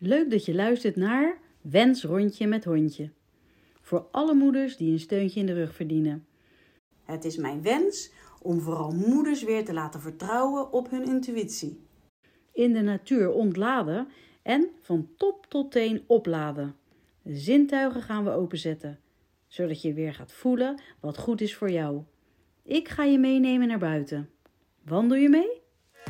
Leuk dat je luistert naar Wensrondje met Hondje. Voor alle moeders die een steuntje in de rug verdienen. Het is mijn wens om vooral moeders weer te laten vertrouwen op hun intuïtie. In de natuur ontladen en van top tot teen opladen. De zintuigen gaan we openzetten, zodat je weer gaat voelen wat goed is voor jou. Ik ga je meenemen naar buiten. Wandel je mee?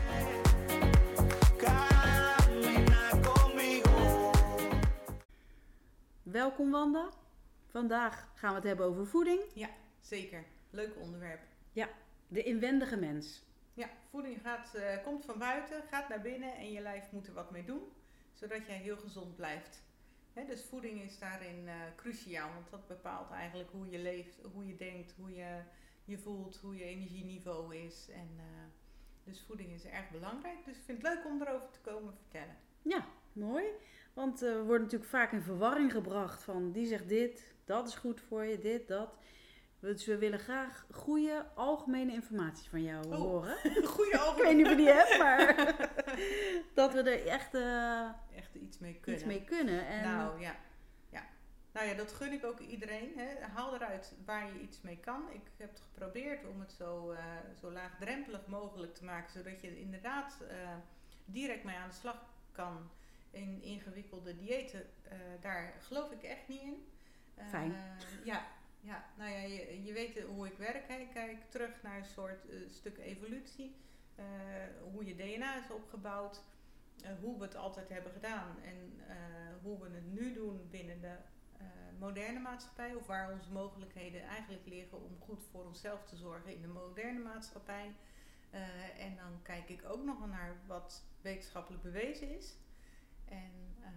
Welkom Wanda. Vandaag gaan we het hebben over voeding. Ja, zeker. Leuk onderwerp. Ja, de inwendige mens. Ja, voeding komt van buiten, gaat naar binnen en je lijf moet er wat mee doen, zodat jij heel gezond blijft. Dus voeding is daarin cruciaal, want dat bepaalt eigenlijk hoe je leeft, hoe je denkt, hoe je je voelt, hoe je energieniveau is. En, dus voeding is erg belangrijk, dus ik vind het leuk om erover te komen vertellen. Ja, mooi. Want we worden natuurlijk vaak in verwarring gebracht van die zegt dit, dat is goed voor je, dit, dat. Dus we willen graag goede algemene informatie van jou horen. Goede algemene. Ik weet niet of je die hebt, maar dat we er echt iets mee kunnen. En Nou ja, dat gun ik ook iedereen. Hè. Haal eruit waar je iets mee kan. Ik heb het geprobeerd om het zo laagdrempelig mogelijk te maken, zodat je inderdaad direct mee aan de slag kan. In ingewikkelde diëten, daar geloof ik echt niet in. Fijn. Je weet hoe ik werk. Hè. Ik kijk terug naar een soort stuk evolutie. Hoe je DNA is opgebouwd. Hoe we het altijd hebben gedaan. En hoe we het nu doen binnen de moderne maatschappij. Of waar onze mogelijkheden eigenlijk liggen om goed voor onszelf te zorgen in de moderne maatschappij. En dan kijk ik ook nog naar wat wetenschappelijk bewezen is. En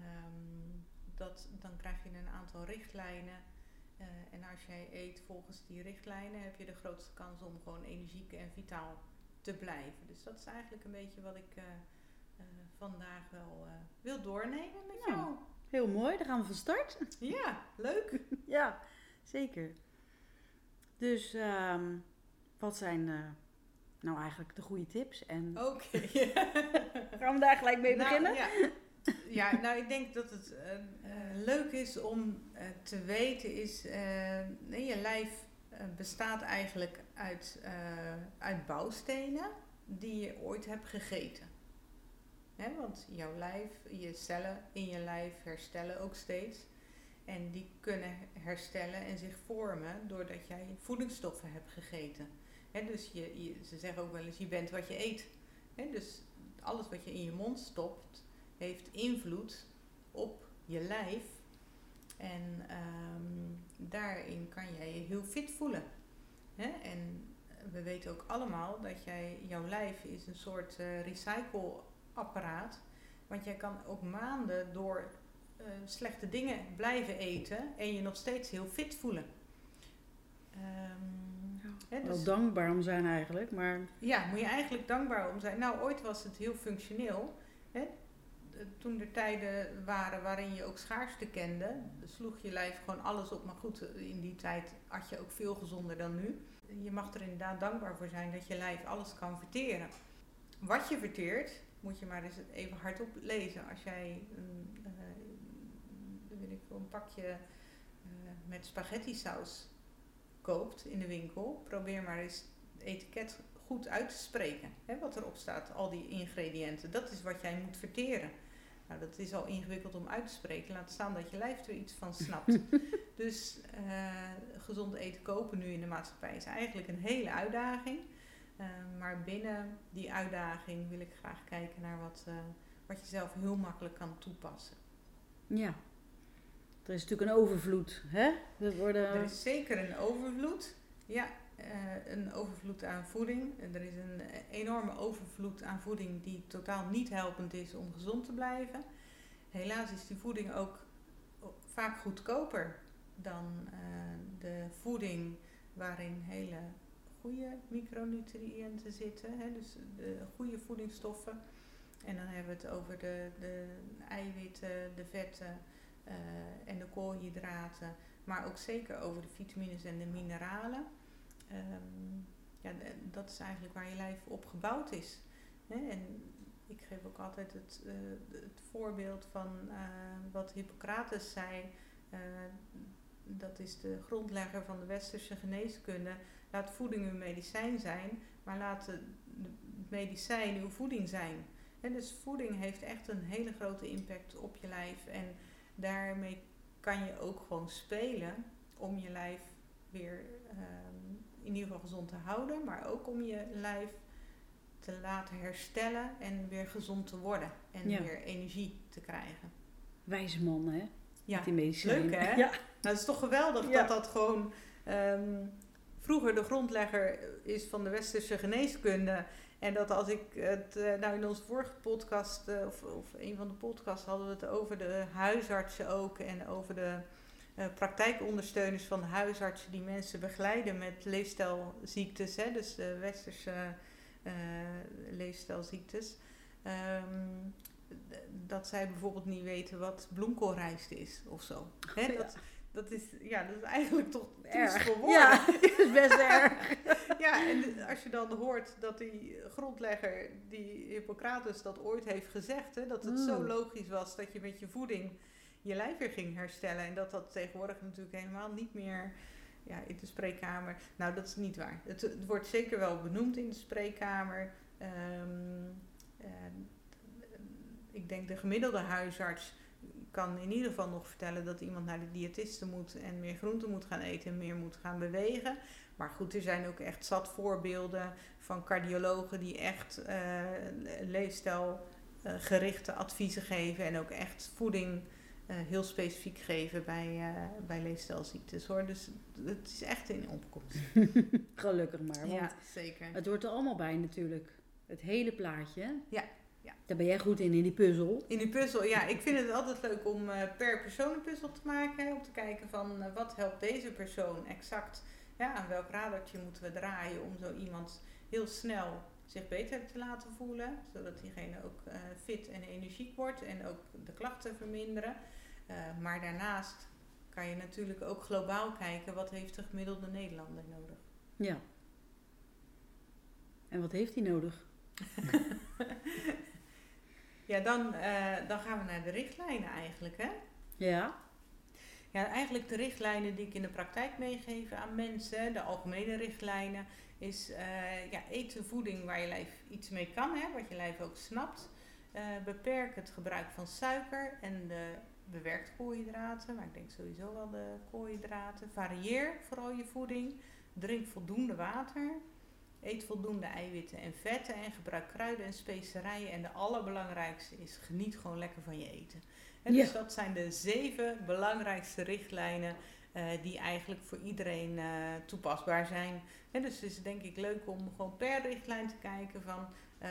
dan krijg je een aantal richtlijnen. En als jij eet volgens die richtlijnen heb je de grootste kans om gewoon energiek en vitaal te blijven. Dus dat is eigenlijk een beetje wat ik vandaag wel wil doornemen met jou. Heel mooi, dan gaan we van start. Ja, leuk. Ja, zeker. Dus wat zijn nou eigenlijk de goede tips? Oké. Gaan we daar gelijk mee beginnen? Ja, ik denk dat het leuk is om te weten is, je lijf bestaat eigenlijk uit bouwstenen die je ooit hebt gegeten. Want jouw lijf, je cellen in je lijf herstellen ook steeds. En die kunnen herstellen en zich vormen doordat jij voedingsstoffen hebt gegeten. Dus ze zeggen ook wel eens, je bent wat je eet. Dus alles wat je in je mond stopt heeft invloed op je lijf. En daarin kan jij je heel fit voelen. En we weten ook allemaal dat jouw lijf is een soort recycleapparaat. Want jij kan ook maanden door slechte dingen blijven eten en je nog steeds heel fit voelen. Wel dankbaar om zijn eigenlijk, maar... Ja, moet je eigenlijk dankbaar om zijn. Nou, ooit was het heel functioneel. Toen er tijden waren waarin je ook schaarste kende, sloeg je lijf gewoon alles op. Maar goed, in die tijd had je ook veel gezonder dan nu. Je mag er inderdaad dankbaar voor zijn dat je lijf alles kan verteren. Wat je verteert, moet je maar eens even hardop lezen. Als jij een pakje met spaghetti saus koopt in de winkel, probeer maar eens het etiket goed uit te spreken. Wat erop staat, al die ingrediënten. Dat is wat jij moet verteren. Nou, dat is al ingewikkeld om uit te spreken. Laat staan dat je lijf er iets van snapt. Dus gezond eten kopen nu in de maatschappij is eigenlijk een hele uitdaging. Maar binnen die uitdaging wil ik graag kijken naar wat je zelf heel makkelijk kan toepassen. Ja. Er is natuurlijk een overvloed, hè? Er is zeker een overvloed. Ja, een overvloed aan voeding. Er is een enorme overvloed aan voeding die totaal niet helpend is om gezond te blijven. Helaas is die voeding ook vaak goedkoper dan de voeding waarin hele goede micronutriënten zitten. Dus de goede voedingsstoffen. En dan hebben we het over de eiwitten, de vetten en de koolhydraten. Maar ook zeker over de vitamines en de mineralen. Dat is eigenlijk waar je lijf op gebouwd is. En ik geef ook altijd het voorbeeld van wat Hippocrates zei. Dat is de grondlegger van de westerse geneeskunde. Laat voeding uw medicijn zijn, maar laat het medicijn uw voeding zijn. En dus voeding heeft echt een hele grote impact op je lijf. En daarmee kan je ook gewoon spelen om je lijf weer in ieder geval gezond te houden. Maar ook om je lijf te laten herstellen en weer gezond te worden. En weer energie te krijgen. Wijze man, hè? Ja, met die medicijnen. leuk hè? Ja. Nou, het is toch geweldig dat gewoon vroeger de grondlegger is van de westerse geneeskunde. En dat als ik het, in onze vorige podcast, of een van de podcasts hadden we het over de huisartsen ook. En over de praktijkondersteuners van de huisartsen die mensen begeleiden met leefstijlziektes. Hè, dus de westerse leefstijlziektes. Dat zij bijvoorbeeld niet weten wat bloemkoolrijst is of zo. Hè, dat is eigenlijk toch triest voor woorden. Ja, dat is best erg. Ja, en als je dan hoort dat die grondlegger, die Hippocrates, dat ooit heeft gezegd, hè, dat het zo logisch was dat je met je voeding je lijf weer ging herstellen. En dat tegenwoordig natuurlijk helemaal niet meer in de spreekkamer. Nou, dat is niet waar. Het wordt zeker wel benoemd in de spreekkamer. Ik denk de gemiddelde huisarts kan in ieder geval nog vertellen dat iemand naar de diëtiste moet en meer groenten moet gaan eten en meer moet gaan bewegen. Maar goed, er zijn ook echt zat voorbeelden van cardiologen die echt leefstijlgerichte adviezen geven en ook echt voeding heel specifiek geven bij leefstijlziektes hoor. Dus het is echt in opkomst. Gelukkig maar. Want ja, zeker. Het hoort er allemaal bij natuurlijk. Het hele plaatje. Ja. Daar ben jij goed in die puzzel. In die puzzel, ja. Ik vind het altijd leuk om per persoon een puzzel te maken. Om te kijken van wat helpt deze persoon exact. Ja, aan welk radertje moeten we draaien om zo iemand heel snel zich beter te laten voelen. Zodat diegene ook fit en energiek wordt en ook de klachten verminderen. Maar daarnaast kan je natuurlijk ook globaal kijken. Wat heeft de gemiddelde Nederlander nodig? Ja. En wat heeft hij nodig? Ja, dan gaan we naar de richtlijnen eigenlijk, hè? Ja. Ja, eigenlijk de richtlijnen die ik in de praktijk meegeef aan mensen, de algemene richtlijnen, is eten voeding waar je lijf iets mee kan, hè, wat je lijf ook snapt. Beperk het gebruik van suiker en de bewerkte koolhydraten, maar ik denk sowieso wel de koolhydraten. Varieer vooral je voeding. Drink voldoende water. Eet voldoende eiwitten en vetten en gebruik kruiden en specerijen. En de allerbelangrijkste is geniet gewoon lekker van je eten. En dus dat zijn de 7 belangrijkste richtlijnen die eigenlijk voor iedereen toepasbaar zijn. En dus is het denk ik leuk om gewoon per richtlijn te kijken van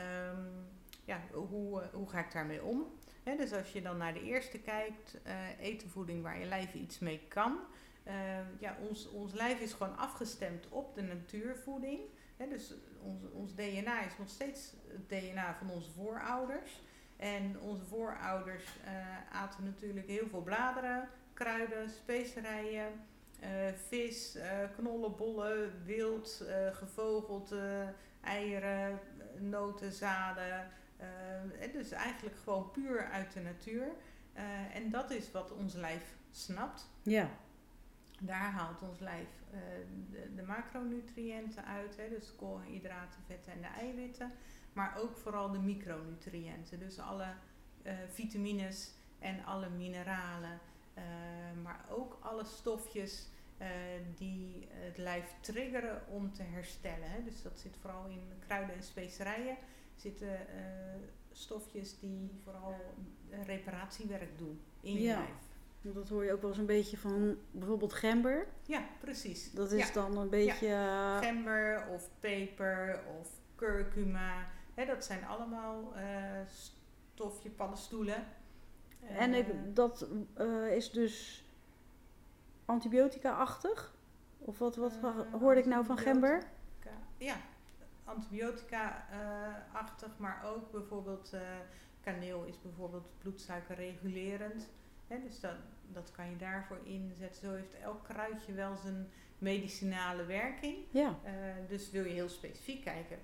hoe ga ik daarmee om. He, dus als je dan naar de eerste kijkt, etenvoeding waar je lijf iets mee kan. Ons lijf is gewoon afgestemd op de natuurvoeding. He, dus ons DNA is nog steeds het DNA van onze voorouders. En onze voorouders aten natuurlijk heel veel bladeren, kruiden, specerijen, vis, knollen, bollen, wild, gevogelte, eieren, noten, zaden. Dus eigenlijk gewoon puur uit de natuur. En dat is wat ons lijf snapt. Ja. Daar haalt ons lijf de macronutriënten uit, hè, dus koolhydraten, vetten en de eiwitten. Maar ook vooral de micronutriënten, dus alle vitamines en alle mineralen. Maar ook alle stofjes die het lijf triggeren om te herstellen. Hè. Dus dat zit vooral in kruiden en specerijen. Zitten stofjes die vooral reparatiewerk doen in je lijf. Dat hoor je ook wel eens een beetje van bijvoorbeeld gember. Ja, precies. Dat is dan een beetje... Gember of peper of curcuma. Dat zijn allemaal stofje paddenstoelen. En dat is dus antibiotica-achtig? Of wat hoorde ik nou van gember? Ja, antibiotica-achtig, maar ook bijvoorbeeld kaneel is bijvoorbeeld bloedsuikerregulerend. Dus dat kan je daarvoor inzetten. Zo heeft elk kruidje wel zijn medicinale werking. Ja. Dus wil je heel specifiek kijken,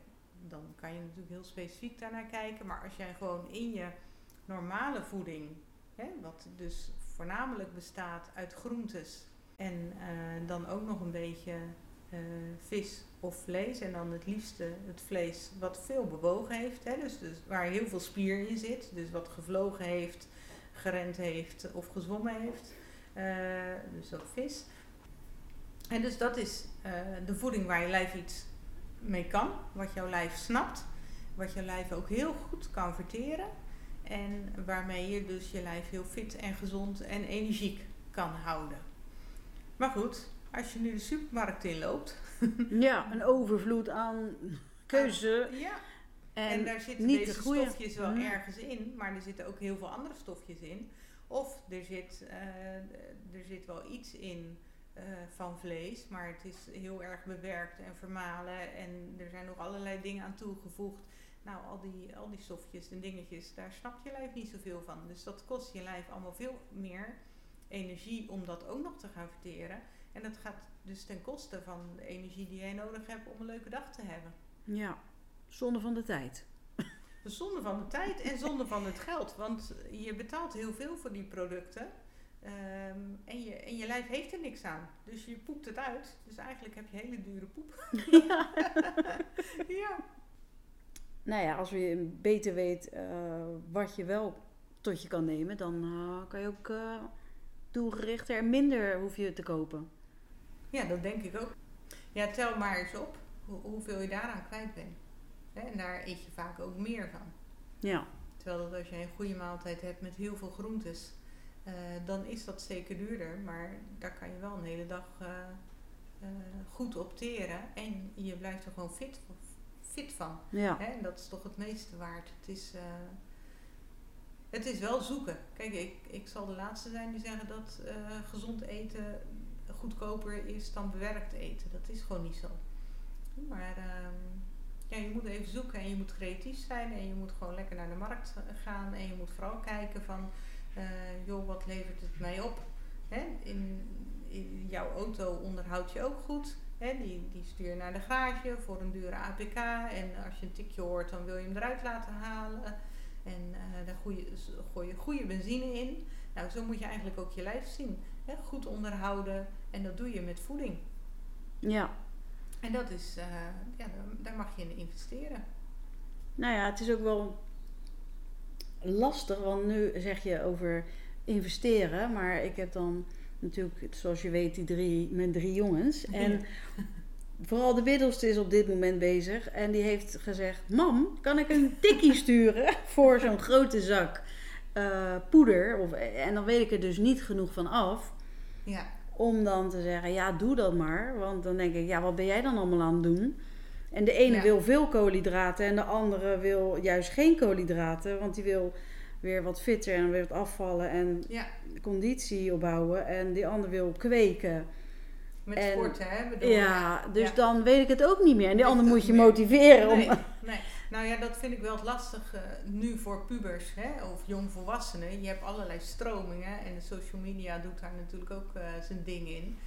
dan kan je natuurlijk heel specifiek daarnaar kijken. Maar als jij gewoon in je normale voeding, wat dus voornamelijk bestaat uit groentes en dan ook nog een beetje vis of vlees. En dan het liefste het vlees wat veel bewogen heeft. Dus waar heel veel spier in zit. Dus wat gevlogen heeft, gerend heeft of gezwommen heeft. Dus ook vis. En dus dat is de voeding waar je lijf iets mee kan. Wat jouw lijf snapt. Wat jouw lijf ook heel goed kan verteren. En waarmee je dus je lijf heel fit en gezond en energiek kan houden. Maar goed, als je nu de supermarkt inloopt. Ja, een overvloed aan keuze. Ja. En daar zitten niet deze de goeie. stofjes wel ergens in, maar er zitten ook heel veel andere stofjes in. Of er zit wel iets in van vlees, maar het is heel erg bewerkt en vermalen. En er zijn nog allerlei dingen aan toegevoegd. Nou, al die stofjes en dingetjes, daar snapt je lijf niet zoveel van. Dus dat kost je lijf allemaal veel meer energie om dat ook nog te gaan verteren. En dat gaat dus ten koste van de energie die jij nodig hebt om een leuke dag te hebben. Ja, zonde van de tijd. Zonde van de tijd en zonde van het geld. Want je betaalt heel veel voor die producten. En je lijf heeft er niks aan. Dus je poept het uit. Dus eigenlijk heb je hele dure poep. Ja. Ja. Nou ja, als je beter weet wat je wel tot je kan nemen, dan kan je ook doelgerichter en minder hoef je te kopen. Ja, dat denk ik ook. Ja, tel maar eens op hoeveel je daaraan kwijt bent. En daar eet je vaak ook meer van. Ja. Terwijl dat als je een goede maaltijd hebt met heel veel groentes, dan is dat zeker duurder. Maar daar kan je wel een hele dag goed op teren. En je blijft er gewoon fit van. Ja. En dat is toch het meeste waard. Het is wel zoeken. Kijk, ik zal de laatste zijn die zeggen dat gezond eten goedkoper is dan bewerkt eten. Dat is gewoon niet zo. Maar je moet even zoeken en je moet creatief zijn en je moet gewoon lekker naar de markt gaan en je moet vooral kijken van, wat levert het mij op? In jouw auto onderhoud je ook goed. Die stuur je naar de garage voor een dure APK en als je een tikje hoort dan wil je hem eruit laten halen en daar gooi je goede benzine in. Nou, zo moet je eigenlijk ook je lijf zien. Goed onderhouden en dat doe je met voeding. Ja. En dat is, daar mag je in investeren. Nou ja, het is ook wel lastig, want nu zeg je over investeren, maar ik heb dan natuurlijk, zoals je weet, mijn drie jongens. En vooral de middelste is op dit moment bezig en die heeft gezegd, mam, kan ik een tikkie sturen voor zo'n grote zak poeder? En dan weet ik er dus niet genoeg van af. Ja. Om dan te zeggen, ja, doe dat maar. Want dan denk ik, ja, wat ben jij dan allemaal aan het doen? En de ene wil veel koolhydraten en de andere wil juist geen koolhydraten. Want die wil weer wat fitter en weer wat afvallen en conditie opbouwen. En die ander wil kweken. Met sporten, hè? Bedoel, dus dan weet ik het ook niet meer. En die ander moet je motiveren. Nee. Nou ja, dat vind ik wel het lastige nu voor pubers, of jongvolwassenen. Je hebt allerlei stromingen en de social media doet daar natuurlijk ook zijn ding in.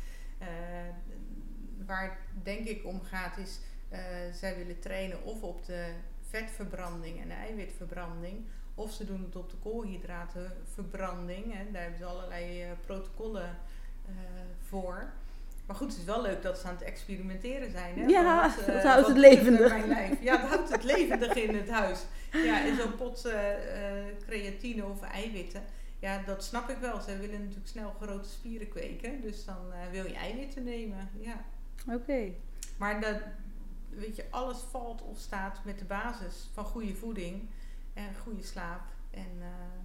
Waar het denk ik om gaat is, zij willen trainen of op de vetverbranding en de eiwitverbranding. Of ze doen het op de koolhydratenverbranding. Daar hebben ze allerlei protocollen voor. Maar goed, het is wel leuk dat ze aan het experimenteren zijn. Hè? Ja, dat houdt het levendig. Mijn lijf. Ja, dat houdt het levendig in het huis. Ja, en zo'n pot creatine of eiwitten. Ja, dat snap ik wel. Zij willen natuurlijk snel grote spieren kweken. Dus dan wil je eiwitten nemen. Ja. Oké. Maar weet je, alles valt of staat met de basis van goede voeding. En goede slaap. En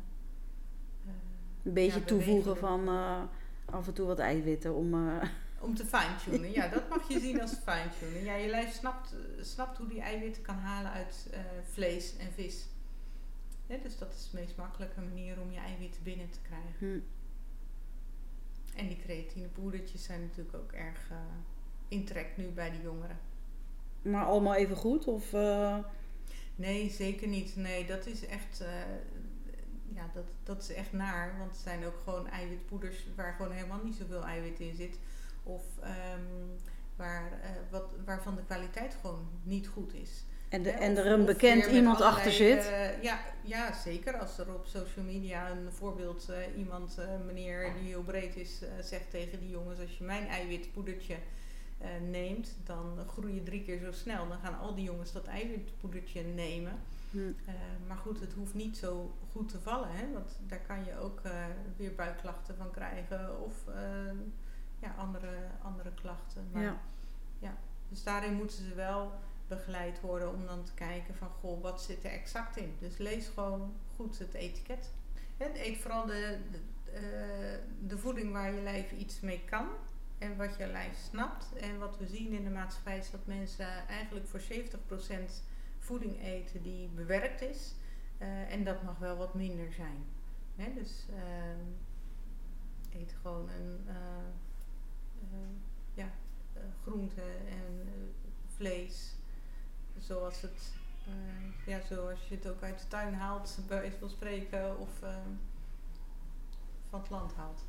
een beetje toevoegen van af en toe wat eiwitten om te fine-tunen. Ja, dat mag je zien als fine-tunen. Ja, je lijf snapt hoe die eiwitten kan halen uit vlees en vis. Dus dat is de meest makkelijke manier om je eiwitten binnen te krijgen. En die creatinepoedertjes zijn natuurlijk ook erg in trek nu bij de jongeren. Maar allemaal even goed? Of, Nee, zeker niet. Nee, dat is echt... dat is echt naar. Want het zijn ook gewoon eiwitpoeders waar gewoon helemaal niet zoveel eiwit in zit. Of waarvan de kwaliteit gewoon niet goed is. En er een bekend iemand achter zit. Ja, zeker. Als er op social media een voorbeeld iemand, meneer die heel breed is, zegt tegen die jongens: als je mijn eiwitpoedertje neemt, dan groei je 3 keer zo snel. Dan gaan al die jongens dat eiwitpoedertje nemen. Maar goed, het hoeft niet zo goed te vallen. Hè? Want daar kan je ook weer buikklachten van krijgen. Of andere klachten. Maar, dus daarin moeten ze wel begeleid worden om dan te kijken van goh, wat zit er exact in. Dus lees gewoon goed het etiket. En eet vooral de voeding waar je lijf iets mee kan. En wat je lijf snapt. En wat we zien in de maatschappij is dat mensen eigenlijk voor 70% voeding eten die bewerkt is. En dat mag wel wat minder zijn. Dus eet gewoon groente en vlees. Zoals zoals je het ook uit de tuin haalt, bij wijze van spreken, of van het land haalt.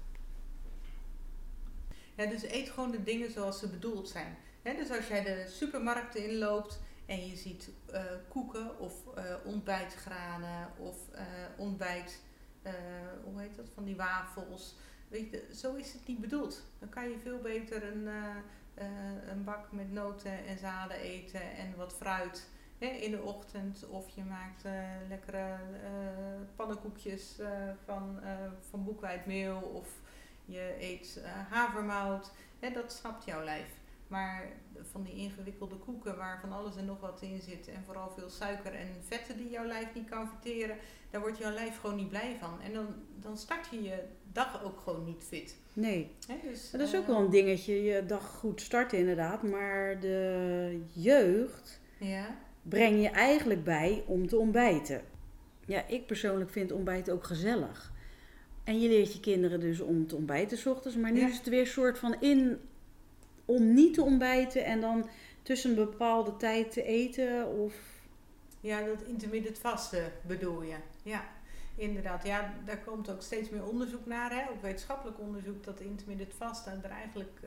Ja, dus eet gewoon de dingen zoals ze bedoeld zijn. Dus als jij de supermarkten inloopt en je ziet koeken of ontbijtgranen of hoe heet dat, van die wafels. Weet je, zo is het niet bedoeld. Dan kan je veel beter een bak met noten en zaden eten en wat fruit in de ochtend. Of je maakt lekkere pannenkoekjes van boekwijdmeel of je eet havermout. Dat snapt jouw lijf. Maar van die ingewikkelde koeken waar van alles en nog wat in zit en vooral veel suiker en vetten die jouw lijf niet kan verteren, daar wordt jouw lijf gewoon niet blij van. En dan start je je dag ook gewoon niet fit. Nee, dus, dat is ook wel een dingetje, je dag goed starten inderdaad, maar de jeugd breng je eigenlijk bij om te ontbijten. Ja, ik persoonlijk vind ontbijten ook gezellig. En je leert je kinderen dus om te ontbijten 's ochtends, maar nu is het weer een soort van om niet te ontbijten en dan tussen een bepaalde tijd te eten of... Ja, dat intermittent vasten bedoel je. Ja, inderdaad. Ja, daar komt ook steeds meer onderzoek naar. Hè? Ook wetenschappelijk onderzoek dat intermittent vasten er eigenlijk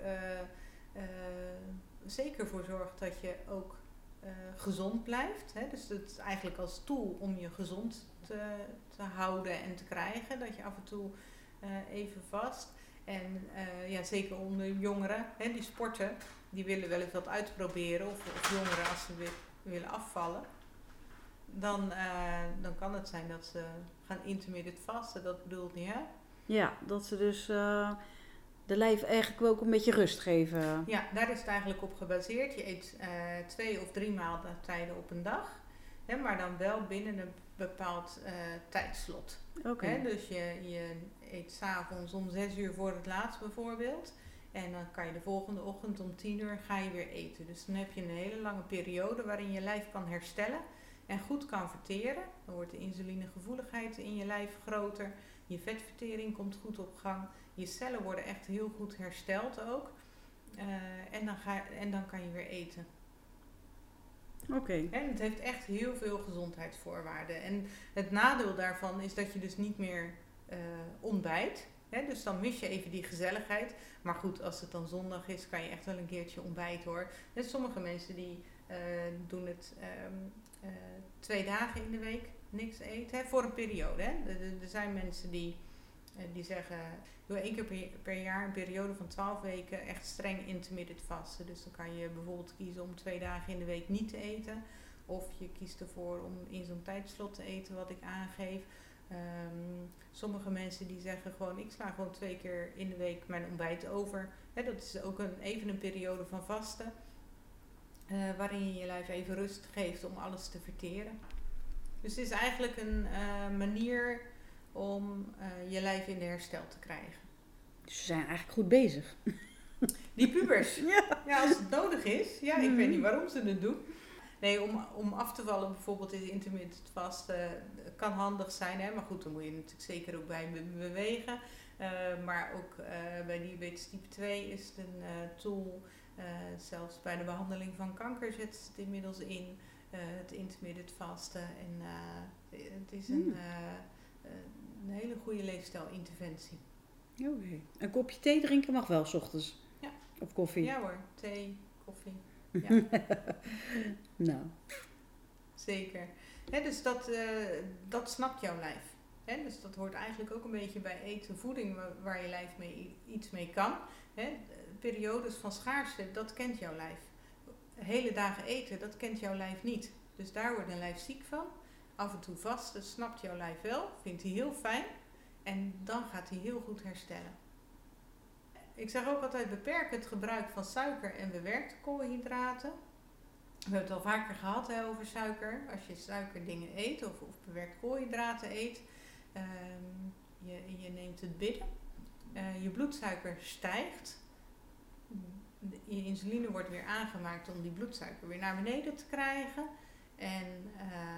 zeker voor zorgt dat je ook gezond blijft. Hè? Dus het is eigenlijk als tool om je gezond te houden en te krijgen. Dat je af en toe even vast. En zeker onder jongeren, die sporten, die willen wel eens wat uitproberen. Of jongeren als ze weer willen afvallen. Dan kan het zijn dat ze gaan intermittent vasten. Dat bedoelt niet, hè? Ja, dat ze dus de lijf eigenlijk ook een beetje rust geven. Ja, daar is het eigenlijk op gebaseerd. Je eet 2 of 3 maaltijden op een dag. Maar dan wel binnen een bepaald tijdslot. Okay. Dus je eet 's avonds om 6 uur voor het laatst bijvoorbeeld. En dan kan je de volgende ochtend om 10 uur ga je weer eten. Dus dan heb je een hele lange periode waarin je lijf kan herstellen en goed kan verteren. Dan wordt de insulinegevoeligheid in je lijf groter. Je vetvertering komt goed op gang. Je cellen worden echt heel goed hersteld ook. En dan kan je weer eten. Oké. En het heeft echt heel veel gezondheidsvoorwaarden. En het nadeel daarvan is dat je dus niet meer ontbijt. Dus dan mis je even die gezelligheid. Maar goed, als het dan zondag is, kan je echt wel een keertje ontbijten hoor. En sommige mensen die doen het 2 dagen in de week niks eten. Voor een periode. Er zijn mensen die zeggen, doe 1 keer per jaar een periode van 12 weken echt streng intermittent vasten. Dus dan kan je bijvoorbeeld kiezen om 2 dagen in de week niet te eten. Of je kiest ervoor om in zo'n tijdslot te eten wat ik aangeef. Sommige mensen die zeggen gewoon, ik sla gewoon 2 keer in de week mijn ontbijt over. Dat is ook even een periode van vasten. Waarin je je lijf even rust geeft om alles te verteren. Dus het is eigenlijk een manier om je lijf in de herstel te krijgen. Dus ze zijn eigenlijk goed bezig. Die pubers. Ja, als het nodig is. Ja, ik weet niet waarom ze het doen. Nee, om af te vallen bijvoorbeeld is intermittent vasten kan handig zijn. Hè? Maar goed, dan moet je natuurlijk zeker ook bij bewegen. Maar ook bij diabetes type 2 is het een tool. Zelfs bij de behandeling van kanker zet ze het inmiddels in. Het intermittent vasten. En het is een hele goede leefstijlinterventie. Oké. Een kopje thee drinken mag wel 's ochtends. Ja. Of koffie. Ja hoor, thee, koffie. Ja. Nou. zeker. Dus dat snapt jouw lijf. Dus dat hoort eigenlijk ook een beetje bij eten, voeding, waar je lijf iets mee kan. Periodes van schaarste, dat kent jouw lijf. Hele dagen eten, dat kent jouw lijf niet. Dus daar wordt een lijf ziek van. Af en toe vast, dat snapt jouw lijf wel. Vindt hij heel fijn. En dan gaat hij heel goed herstellen. Ik zeg ook altijd, beperk het gebruik van suiker en bewerkte koolhydraten. We hebben het al vaker gehad over suiker. Als je suikerdingen eet of bewerkte koolhydraten eet. Je neemt het binnen. Je bloedsuiker stijgt. Je insuline wordt weer aangemaakt om die bloedsuiker weer naar beneden te krijgen. En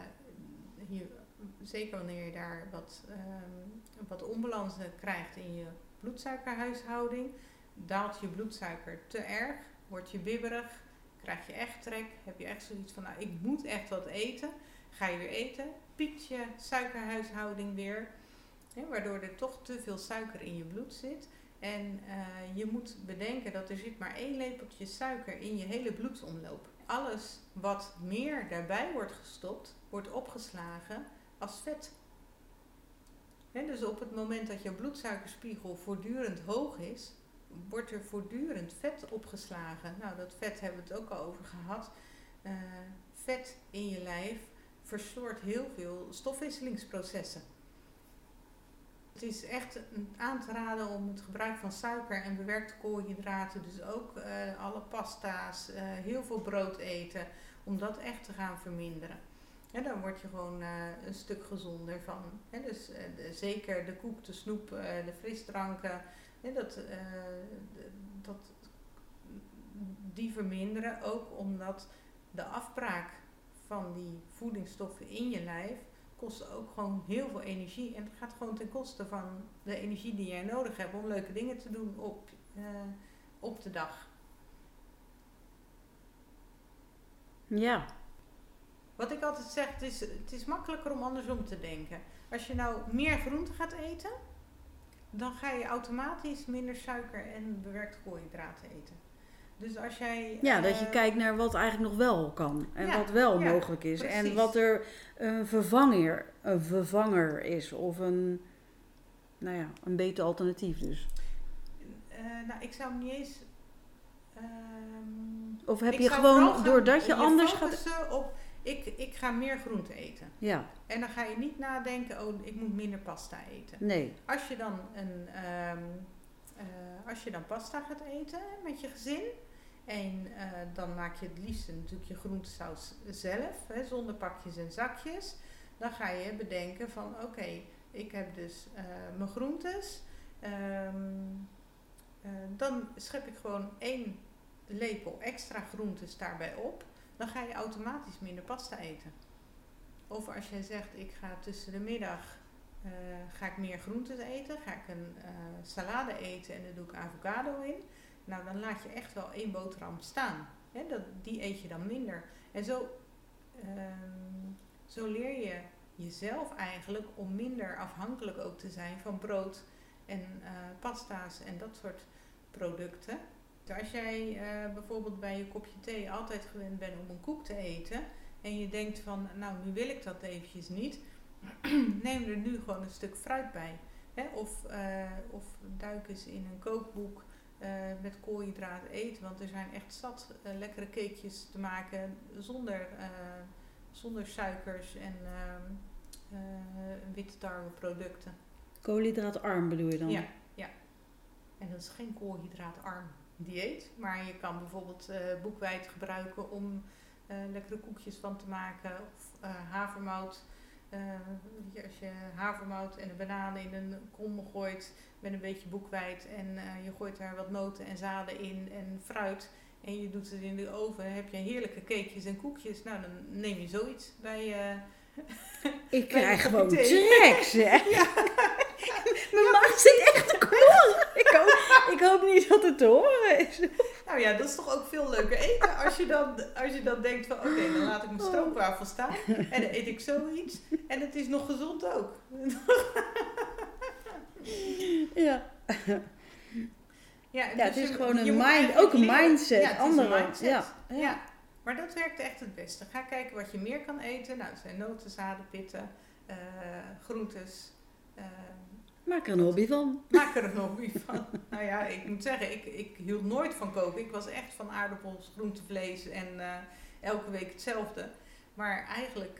zeker wanneer je daar wat onbalansen krijgt in je bloedsuikerhuishouding, daalt je bloedsuiker te erg, word je bibberig, krijg je echt trek, heb je echt zoiets van, nou, ik moet echt wat eten. Ga je weer eten, piekt je suikerhuishouding weer, waardoor er toch te veel suiker in je bloed zit. En je moet bedenken dat er zit maar 1 lepeltje suiker in je hele bloedsomloop. Alles wat meer daarbij wordt gestopt, wordt opgeslagen als vet. Dus op het moment dat je bloedsuikerspiegel voortdurend hoog is, wordt er voortdurend vet opgeslagen. Nou, dat vet hebben we het ook al over gehad. Vet in je lijf verstoort heel veel stofwisselingsprocessen. Het is echt aan te raden om het gebruik van suiker en bewerkte koolhydraten, dus ook alle pasta's, heel veel brood eten, om dat echt te gaan verminderen. Dan word je gewoon een stuk gezonder van. Dus zeker de koek, de snoep, de frisdranken, die verminderen. Ook omdat de afbraak van die voedingsstoffen in je lijf kost ook gewoon heel veel energie. En het gaat gewoon ten koste van de energie die jij nodig hebt om leuke dingen te doen op de dag. Ja. Wat ik altijd zeg, het is makkelijker om andersom te denken. Als je nou meer groente gaat eten, dan ga je automatisch minder suiker en bewerkte koolhydraten eten. Dus als jij... Ja, dat je kijkt naar wat eigenlijk nog wel kan. En wat wel mogelijk is. Precies. En wat er een vervanger is. Of een beter alternatief dus. Ik zou hem niet eens... of heb je gewoon, doordat je anders gaat... Ik ga meer groente eten. Ja. En dan ga je niet nadenken, ik moet minder pasta eten. Nee. Als je dan pasta gaat eten met je gezin, en dan maak je het liefst natuurlijk je groentesaus zelf, zonder pakjes en zakjes. Dan ga je bedenken van oké, ik heb dus mijn groentes. Dan schep ik gewoon 1 lepel extra groentes daarbij op. Dan ga je automatisch minder pasta eten. Of als jij zegt, ik ga tussen de middag ga ik meer groentes eten, ga ik een salade eten en daar doe ik avocado in. Nou, dan laat je echt wel 1 boterham staan. Die eet je dan minder. En zo leer je jezelf eigenlijk om minder afhankelijk ook te zijn van brood en pasta's en dat soort producten. Als jij bijvoorbeeld bij je kopje thee altijd gewend bent om een koek te eten en je denkt van, nou, nu wil ik dat eventjes niet, neem er nu gewoon een stuk fruit bij. Of duik eens in een kookboek met koolhydraten eten, want er zijn echt zat lekkere cakejes te maken zonder suikers en witte tarweproducten. Koolhydraatarm bedoel je dan? Ja. En dat is geen koolhydraatarm dieet, maar je kan bijvoorbeeld boekweit gebruiken om lekkere koekjes van te maken, of havermout. Als je havermout en de bananen in een kom gooit met een beetje boekweit en je gooit daar wat noten en zaden in en fruit en je doet het in de oven, heb je heerlijke cakejes en koekjes. Nou, dan neem je zoiets bij ik krijg gewoon trek, zeg. Ja. Mijn maag zit echt te knorren. Ik hoop niet dat het te horen is. Nou ja, dat is toch ook veel leuker eten als je dan denkt van oké, dan laat ik mijn stroopwafel staan en dan eet ik zoiets en het is nog gezond ook. Ja. Ja, het is gewoon een mindset. Ja, het is een mindset. Ja. Maar dat werkt echt het beste. Ga kijken wat je meer kan eten. Nou, dat zijn noten, zaden, pitten, groentes. Maak er een hobby van. Maak er een hobby van. Nou ja, ik moet zeggen, ik hield nooit van koken. Ik was echt van aardappels, groente, vlees en elke week hetzelfde. Maar eigenlijk,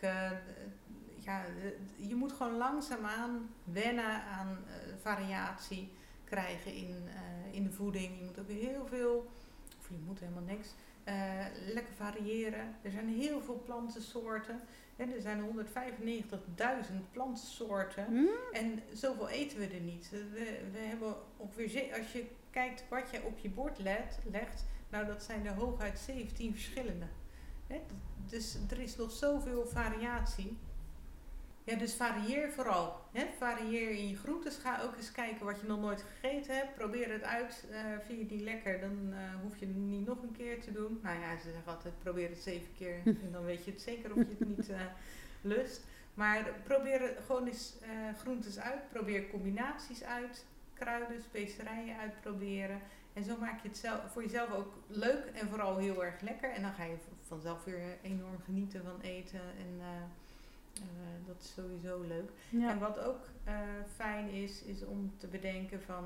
je moet gewoon langzaamaan wennen aan variatie krijgen in de voeding. Je moet ook heel veel, of je moet helemaal niks, lekker variëren. Er zijn heel veel plantensoorten. En er zijn 195.000 plantensoorten. En zoveel eten we er niet. We hebben ongeveer, als je kijkt wat je op je bord legt, nou dat zijn er hooguit 17 verschillende. Dus er is nog zoveel variatie. Ja, dus varieer vooral. Varieer in je groentes. Ga ook eens kijken wat je nog nooit gegeten hebt. Probeer het uit. Vind je het niet lekker, dan hoef je het niet nog een keer te doen. Nou ja, ze zeggen altijd probeer het 7 keer. En dan weet je het zeker of je het niet lust. Maar probeer gewoon eens groentes uit. Probeer combinaties uit. Kruiden, specerijen uitproberen. En zo maak je het voor jezelf ook leuk en vooral heel erg lekker. En dan ga je vanzelf weer enorm genieten van eten. En dat is sowieso leuk. Ja. En wat ook fijn is om te bedenken van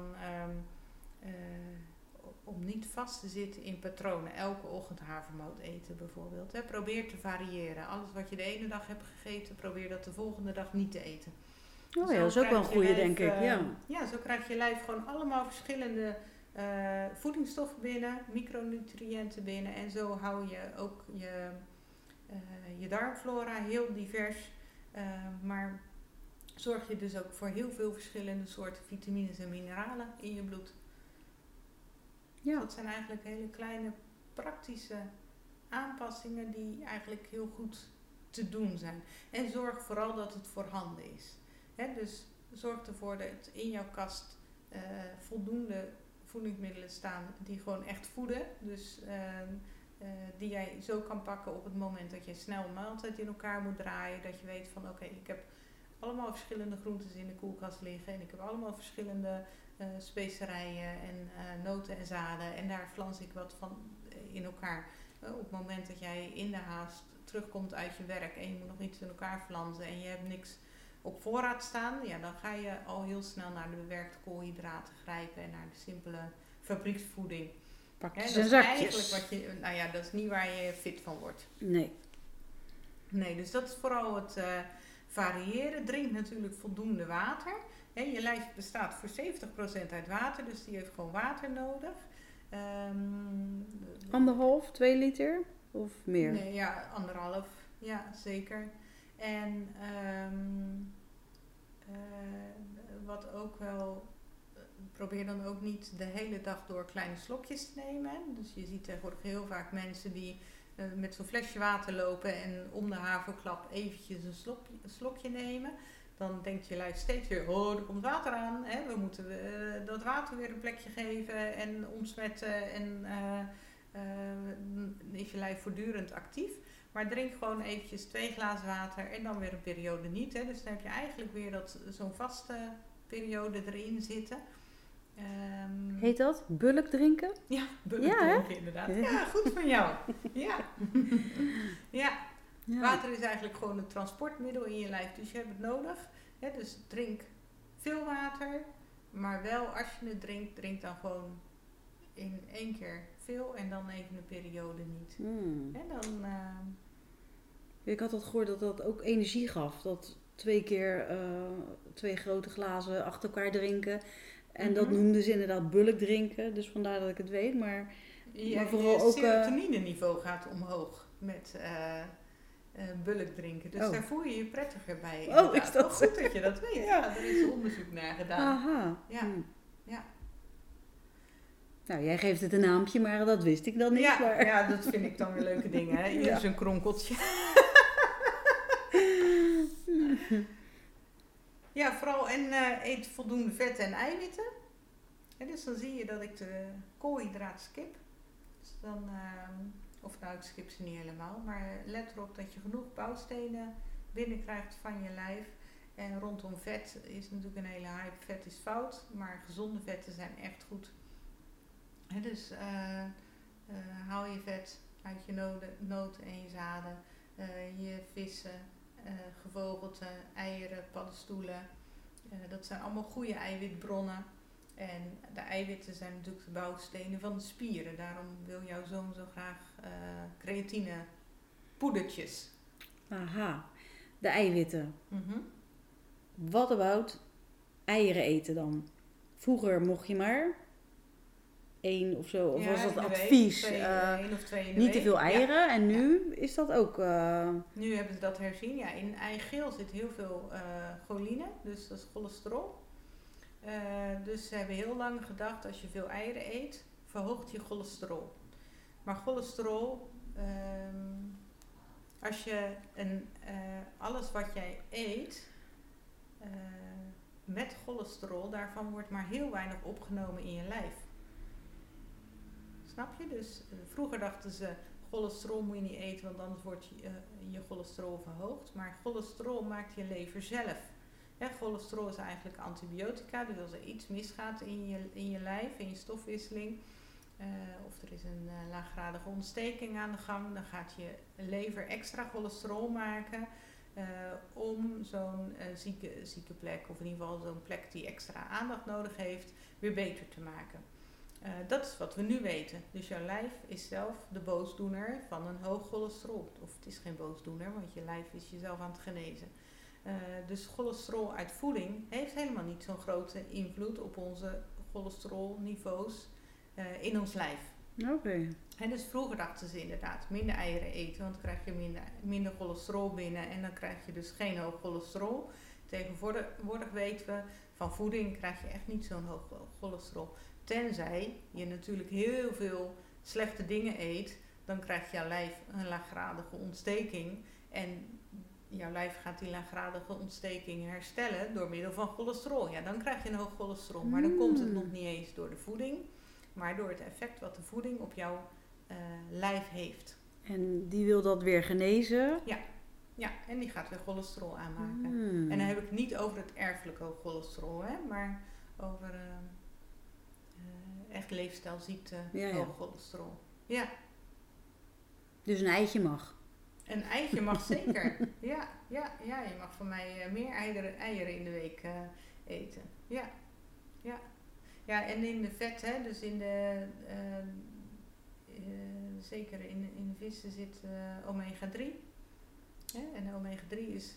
om niet vast te zitten in patronen. Elke ochtend havermout eten bijvoorbeeld. Probeer te variëren. Alles wat je de ene dag hebt gegeten, probeer dat de volgende dag niet te eten. Oh ja, dat is ook wel een goede, denk ik. Ja, zo krijgt je lijf gewoon allemaal verschillende voedingsstoffen binnen, micronutriënten binnen. En zo hou je ook je darmflora heel divers. Maar zorg je dus ook voor heel veel verschillende soorten vitamines en mineralen in je bloed. Ja. Dat zijn eigenlijk hele kleine praktische aanpassingen die eigenlijk heel goed te doen zijn. En zorg vooral dat het voorhanden is. Dus zorg ervoor dat in jouw kast voldoende voedingsmiddelen staan die gewoon echt voeden. Dus die jij zo kan pakken op het moment dat je snel een maaltijd in elkaar moet draaien. Dat je weet van oké, ik heb allemaal verschillende groentes in de koelkast liggen. En ik heb allemaal verschillende specerijen en noten en zaden. En daar flans ik wat van in elkaar. Op het moment dat jij in de haast terugkomt uit je werk en je moet nog iets in elkaar flansen en je hebt niks op voorraad staan. Ja, dan ga je al heel snel naar de bewerkte koolhydraten grijpen en naar de simpele fabrieksvoeding. Pakjes dat en is zakjes. eigenlijk dat is niet waar je fit van wordt. Nee, dus dat is vooral het variëren. Drink natuurlijk voldoende water. Je lijf bestaat voor 70% uit water, dus die heeft gewoon water nodig. 1,5, 2 liter of meer? Nee, ja, 1,5. Ja, zeker. En wat ook wel, probeer dan ook niet de hele dag door kleine slokjes te nemen. Hè. Dus je ziet tegenwoordig heel vaak mensen die met zo'n flesje water lopen en om de haverklap eventjes een slokje nemen. Dan denkt je lijf steeds weer, er komt water aan. Hè. We moeten dat water weer een plekje geven en omsmetten. En is je lijf voortdurend actief. Maar drink gewoon eventjes 2 glazen water en dan weer een periode niet. Hè. Dus dan heb je eigenlijk weer zo'n vaste periode erin zitten. Heet dat? Bulk drinken? Ja, bulk drinken inderdaad. Ja, goed van jou. Ja. Ja. Water is eigenlijk gewoon een transportmiddel in je lijf, dus je hebt het nodig. Ja, dus drink veel water, maar wel als je het drinkt, drink dan gewoon in 1 keer veel en dan even een periode niet. En dan, ik had dat gehoord dat dat ook energie gaf, dat 2 keer 2 grote glazen achter elkaar drinken. En dat noemden ze inderdaad bulk drinken, dus vandaar dat ik het weet. Maar vooral je ook serotonine niveau gaat omhoog met bulk drinken. Dus daar voel je je prettiger bij. Oh, is dat goed dat je dat weet. Ja, er is onderzoek naar gedaan. Aha. Ja. Nou, jij geeft het een naampje, maar dat wist ik dan niet. Ja, dat vind ik dan weer leuke dingen. Hè? Hier is een kronkeltje. Ja, vooral eet voldoende vetten en eiwitten. Dus dan zie je dat ik de koolhydraten skip. Dus dan, ik skip ze niet helemaal. Maar let erop dat je genoeg bouwstenen binnenkrijgt van je lijf. En rondom vet is natuurlijk een hele hype. Vet is fout, maar gezonde vetten zijn echt goed. Dus haal je vet uit je noten en je zaden, je vissen, gevogelte, eieren, paddenstoelen. Dat zijn allemaal goede eiwitbronnen. En de eiwitten zijn natuurlijk de bouwstenen van de spieren. Daarom wil jouw zoon zo graag creatine poedertjes. Aha, de eiwitten. Mhm. Wat about eieren eten dan? Vroeger mocht je maar 1 of zo, of Ja, was dat in de advies? week, 1 of 2 in de niet week. te veel eieren en nu is dat ook... Nu hebben ze dat herzien. Ja, in eigeel zit heel veel choline, dus dat is cholesterol. Dus ze hebben heel lang gedacht, als je veel eieren eet, verhoogt je cholesterol. Maar cholesterol, als je alles wat jij eet met cholesterol, daarvan wordt maar heel weinig opgenomen in je lijf. Snap je? Dus vroeger dachten ze, cholesterol moet je niet eten, want anders wordt je cholesterol verhoogd. Maar cholesterol maakt je lever zelf. Cholesterol is eigenlijk antibiotica, dus als er iets misgaat in je lijf, in je stofwisseling, of er is een laaggradige ontsteking aan de gang, dan gaat je lever extra cholesterol maken om zo'n zieke plek, of in ieder geval zo'n plek die extra aandacht nodig heeft, weer beter te maken. Dat is wat we nu weten. Dus jouw lijf is zelf de boosdoener van een hoog cholesterol. Of het is geen boosdoener, want je lijf is jezelf aan het genezen. Dus cholesterol uit voeding heeft helemaal niet zo'n grote invloed op onze cholesterolniveaus in ons lijf. Oké. En dus vroeger dachten ze inderdaad minder eieren eten, want dan krijg je minder cholesterol binnen en dan krijg je dus geen hoog cholesterol. Tegenwoordig weten we, van voeding krijg je echt niet zo'n hoog cholesterol. Tenzij je natuurlijk heel veel slechte dingen eet, dan krijgt jouw lijf een laaggradige ontsteking. En jouw lijf gaat die laaggradige ontsteking herstellen door middel van cholesterol. Ja, dan krijg je een hoog cholesterol. Maar dan komt het nog niet eens door de voeding, maar door het effect wat de voeding op jouw lijf heeft. En die wil dat weer genezen? Ja, en die gaat weer cholesterol aanmaken. En dan heb ik het niet over het erfelijk hoog cholesterol, maar over echt leefstijlziekte, hoog cholesterol. Ja. Dus een eitje mag? Een eitje mag zeker. Ja, je mag van mij meer eieren in de week eten. Ja, en in de vet, dus in de zeker in de vissen zit omega 3. En omega 3 is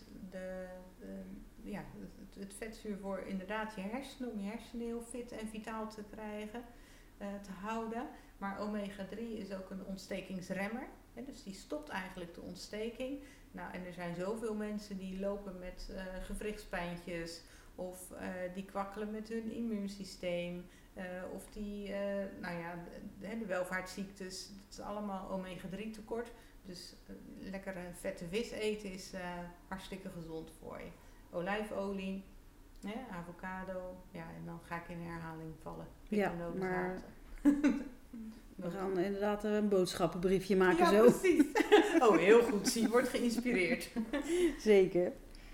het vetzuur voor inderdaad je hersenen, om je hersenen heel fit en vitaal te krijgen, te houden. Maar omega 3 is ook een ontstekingsremmer. Dus die stopt eigenlijk de ontsteking. Nou, en er zijn zoveel mensen die lopen met gewrichtspijntjes of die kwakkelen met hun immuunsysteem. Of die, de welvaartsziektes, dat is allemaal omega 3 tekort. Dus lekker vette vis eten is hartstikke gezond voor je. Olijfolie, avocado, en dan ga ik in herhaling vallen. Maar we gaan inderdaad een boodschappenbriefje maken zo. Ja, precies. Oh, heel goed. Je wordt geïnspireerd. Zeker.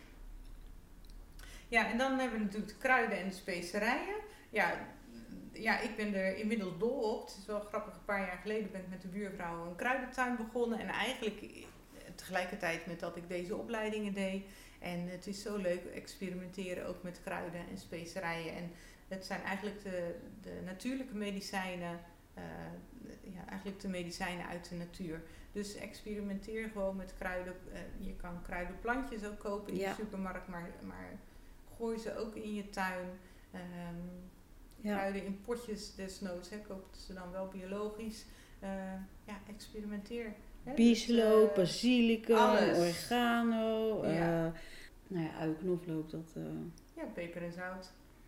Ja, en dan hebben we natuurlijk de kruiden en de specerijen. Ja, ik ben er inmiddels dol op. Het is wel grappig, een paar jaar geleden ben ik met de buurvrouw een kruidentuin begonnen. En eigenlijk tegelijkertijd met dat ik deze opleidingen deed. En het is zo leuk experimenteren ook met kruiden en specerijen. En het zijn eigenlijk de natuurlijke medicijnen, eigenlijk de medicijnen uit de natuur. Dus experimenteer gewoon met kruiden. Je kan kruidenplantjes ook kopen in de supermarkt, maar gooi ze ook in je tuin. Kruiden in potjes desnoods, koop ze dan wel biologisch. Experimenteer. Bieslook, basilicum, oregano, ui, knoflook. Ja, peper en zout.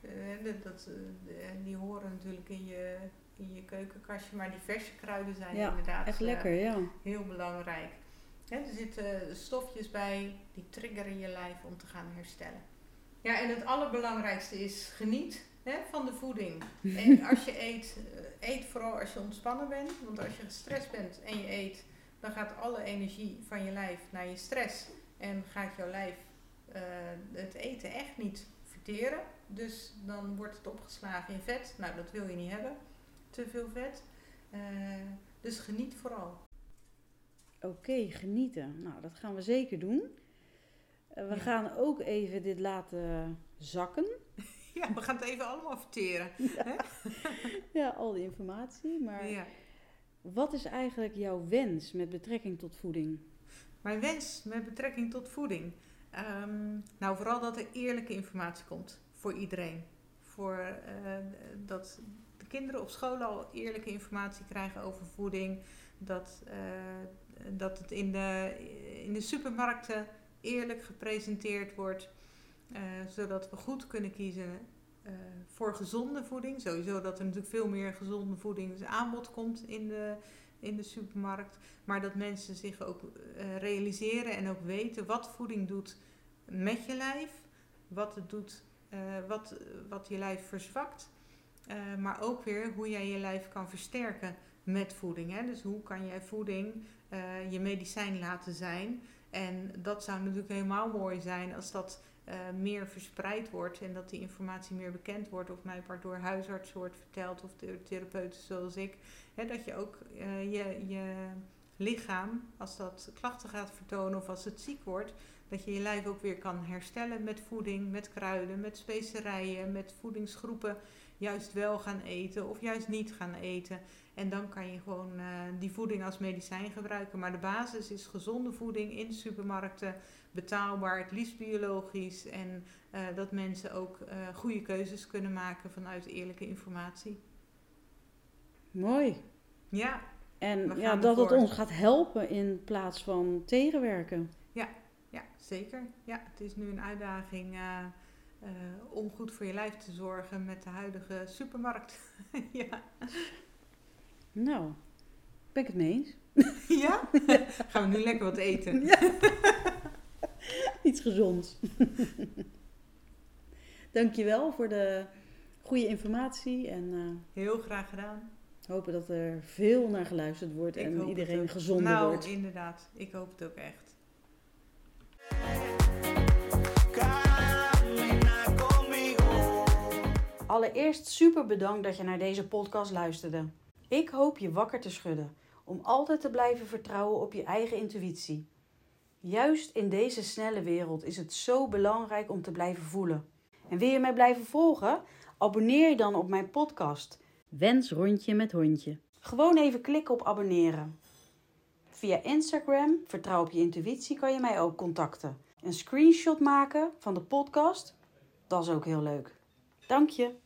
Die horen natuurlijk in je keukenkastje, maar die verse kruiden zijn inderdaad echt lekker, heel belangrijk. Er zitten stofjes bij die triggeren je lijf om te gaan herstellen. Ja, en het allerbelangrijkste is geniet van de voeding. En als je eet vooral als je ontspannen bent. Want als je gestrest bent en je eet, dan gaat alle energie van je lijf naar je stress. En gaat jouw lijf het eten echt niet verteren. Dus dan wordt het opgeslagen in vet. Nou, dat wil je niet hebben. Te veel vet. Dus geniet vooral. Oké, genieten. Nou, dat gaan we zeker doen. We gaan ook even dit laten zakken. Ja, we gaan het even allemaal verteren. Ja, al die informatie. Maar wat is eigenlijk jouw wens met betrekking tot voeding? Mijn wens met betrekking tot voeding? Nou, vooral dat er eerlijke informatie komt voor iedereen. Dat de kinderen op school al eerlijke informatie krijgen over voeding. Dat het in de supermarkten eerlijk gepresenteerd wordt. Zodat we goed kunnen kiezen voor gezonde voeding. Sowieso dat er natuurlijk veel meer gezonde voedingsaanbod komt in de supermarkt. Maar dat mensen zich ook realiseren en ook weten wat voeding doet met je lijf. Wat het doet, wat je lijf verzwakt. Maar ook weer hoe jij je lijf kan versterken met voeding. Hè? Dus hoe kan jij voeding je medicijn laten zijn. En dat zou natuurlijk helemaal mooi zijn als dat meer verspreid wordt. En dat die informatie meer bekend wordt. Of mij door huisartsen wordt verteld of therapeuten zoals ik. Hè, dat je ook je lichaam, als dat klachten gaat vertonen of als het ziek wordt, dat je je lijf ook weer kan herstellen met voeding, met kruiden, met specerijen, met voedingsgroepen. Juist wel gaan eten of juist niet gaan eten. En dan kan je gewoon die voeding als medicijn gebruiken. Maar de basis is gezonde voeding in de supermarkten. Betaalbaar, het liefst biologisch. En dat mensen ook goede keuzes kunnen maken vanuit eerlijke informatie. Mooi. Ja. En dat het ons gaat helpen in plaats van tegenwerken. Ja, zeker. Ja, het is nu een uitdaging om goed voor je lijf te zorgen met de huidige supermarkt. Ja. Nou, ben ik het mee eens. Ja? Gaan we nu lekker wat eten. Ja. Iets gezonds. Dankjewel voor de goede informatie. En, heel graag gedaan. Hopen dat er veel naar geluisterd wordt en iedereen gezonder wordt. Nou, inderdaad. Ik hoop het ook echt. Allereerst super bedankt dat je naar deze podcast luisterde. Ik hoop je wakker te schudden om altijd te blijven vertrouwen op je eigen intuïtie. Juist in deze snelle wereld is het zo belangrijk om te blijven voelen. En wil je mij blijven volgen? Abonneer je dan op mijn podcast Wens Rondje met Hondje. Gewoon even klikken op abonneren. Via Instagram, Vertrouw op je intuïtie, kan je mij ook contacten. Een screenshot maken van de podcast, dat is ook heel leuk. Dank je.